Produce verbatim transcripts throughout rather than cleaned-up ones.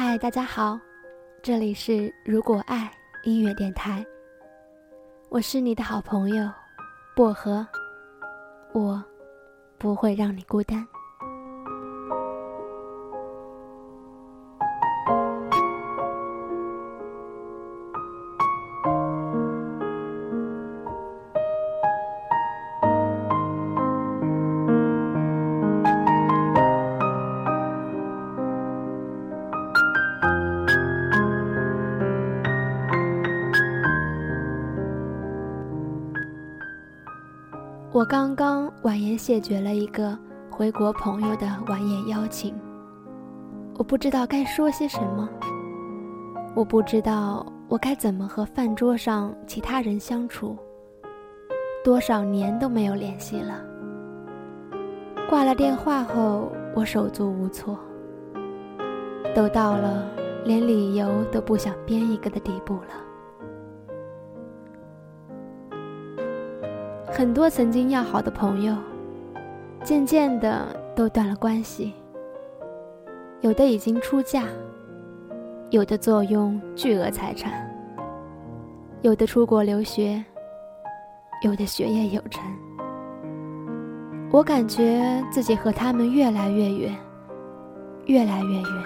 嗨，大家好，这里是如果爱音乐电台，我是你的好朋友薄荷，我不会让你孤单。我刚刚婉言谢绝了一个回国朋友的晚宴邀请，我不知道该说些什么，我不知道我该怎么和饭桌上其他人相处，多少年都没有联系了。挂了电话后，我手足无措，都到了连理由都不想编一个的地步了。很多曾经要好的朋友，渐渐的都断了关系，有的已经出嫁，有的坐拥巨额财产，有的出国留学，有的学业有成。我感觉自己和他们越来越远，越来越远。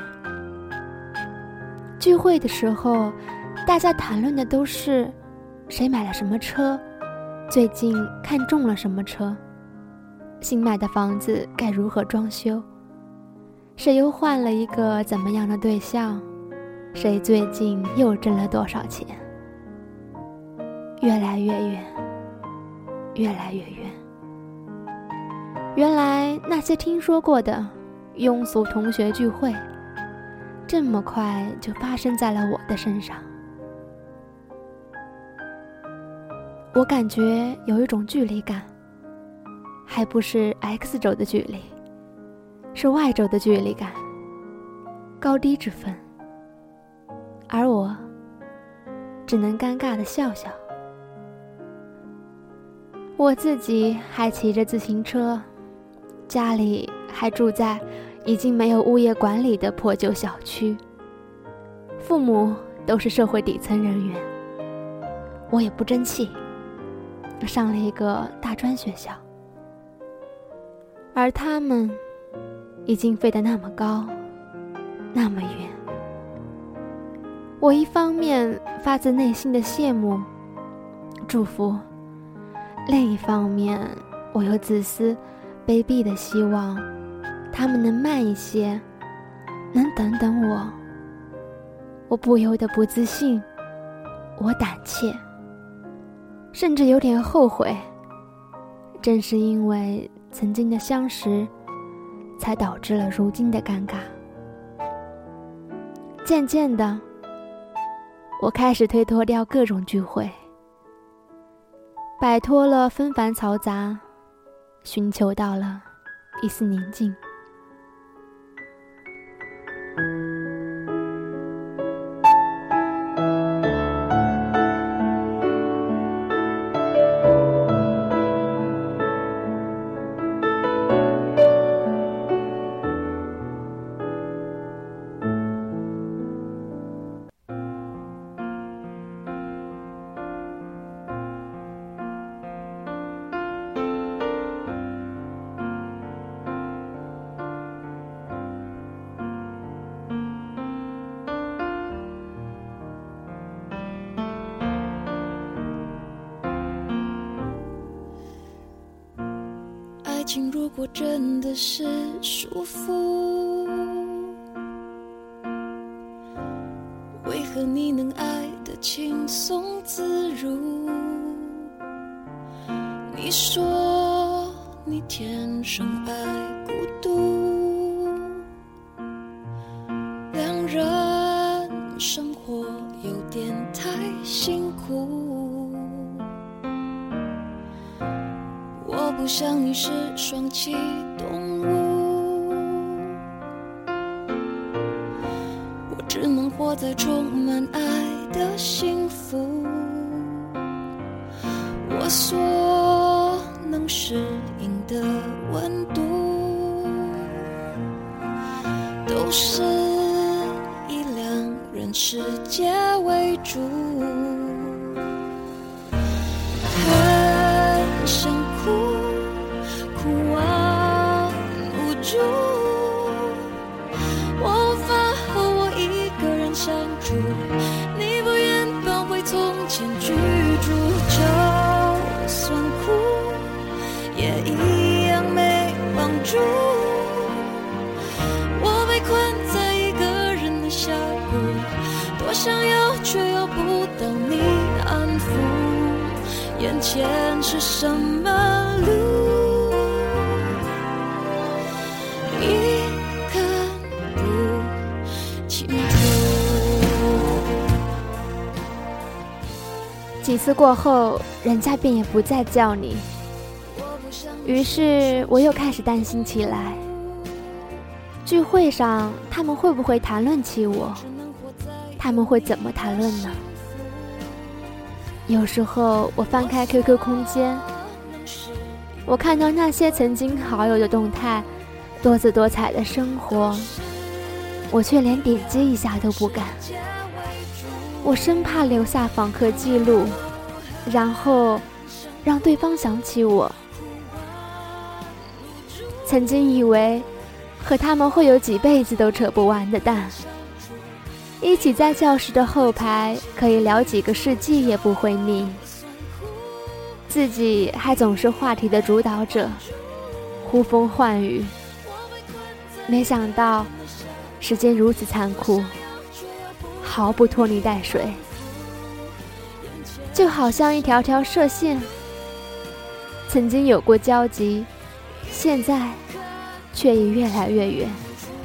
聚会的时候，大家谈论的都是谁买了什么车，最近看中了什么车，新买的房子该如何装修，谁又换了一个怎么样的对象，谁最近又挣了多少钱。越来越远，越来越远。原来那些听说过的庸俗同学聚会，这么快就发生在了我的身上。我感觉有一种距离感，还不是 X 轴的距离，是 Y 轴的距离感，高低之分。而我只能尴尬地笑笑。我自己还骑着自行车，家里还住在已经没有物业管理的破旧小区，父母都是社会底层人员，我也不争气，上了一个大专学校，而他们已经飞得那么高，那么远。我一方面发自内心的羡慕、祝福，另一方面我又自私、卑鄙的希望他们能慢一些，能等等我。我不由得不自信，我胆怯，甚至有点后悔，正是因为曾经的相识，才导致了如今的尴尬。渐渐的，我开始推脱掉各种聚会，摆脱了纷繁嘈杂，寻求到了一丝宁静。 爱情如果真的是束缚，为何你能爱得轻松自如？你说你天生爱孤独，两人生活有点太辛苦，我不像你是双栖动物，我只能活在充满爱的幸福。我所能适应的温度，都是意料世界为主，很想哭，哭完无助，我无法和我一个人相处，你不愿搬回从前居住，就算哭也一样没帮助，我被困在一个人的峡谷，多想要却要不到你安抚，眼前是什么路，一根不清楚。 几次过后，人家便也不再叫你，于是我又开始担心起来，聚会上他们会不会谈论起我？他们会怎么谈论呢？有时候我翻开 Q Q 空间，我看到那些曾经好友的动态，多姿多彩的生活，我却连点击一下都不敢。我生怕留下访客记录，然后让对方想起我。曾经以为和他们会有几辈子都扯不完的淡，一起在教室的后排可以聊几个世纪也不会腻，自己还总是话题的主导者，呼风唤雨。没想到时间如此残酷，毫不拖泥带水，就好像一条条射线，曾经有过交集，现在却已越来越远。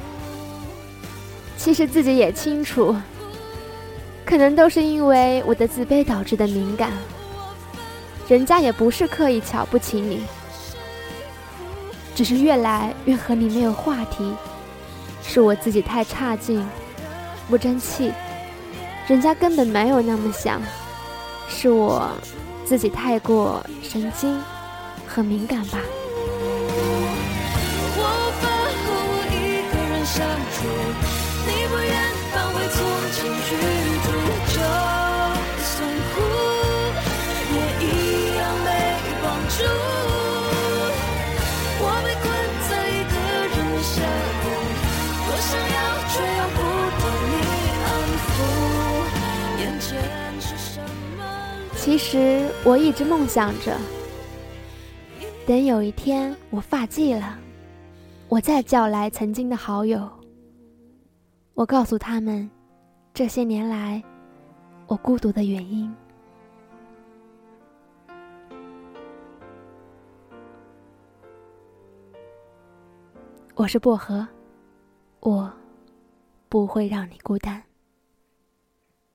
其实自己也清楚，可能都是因为我的自卑导致的敏感，人家也不是刻意瞧不起你，只是越来越和你没有话题，是我自己太差劲不争气，人家根本没有那么想，是我自己太过神经和敏感吧。 我无法和我一个人相处，你不愿搬回从前居住，就算哭也一样没帮助，我被困在一个人的峡谷，多想要却要不到你安抚，眼前是什么？ 其实我一直梦想着，等有一天我发迹了，我再叫来曾经的好友，我告诉他们这些年来我孤独的原因。我是薄荷，我不会让你孤单。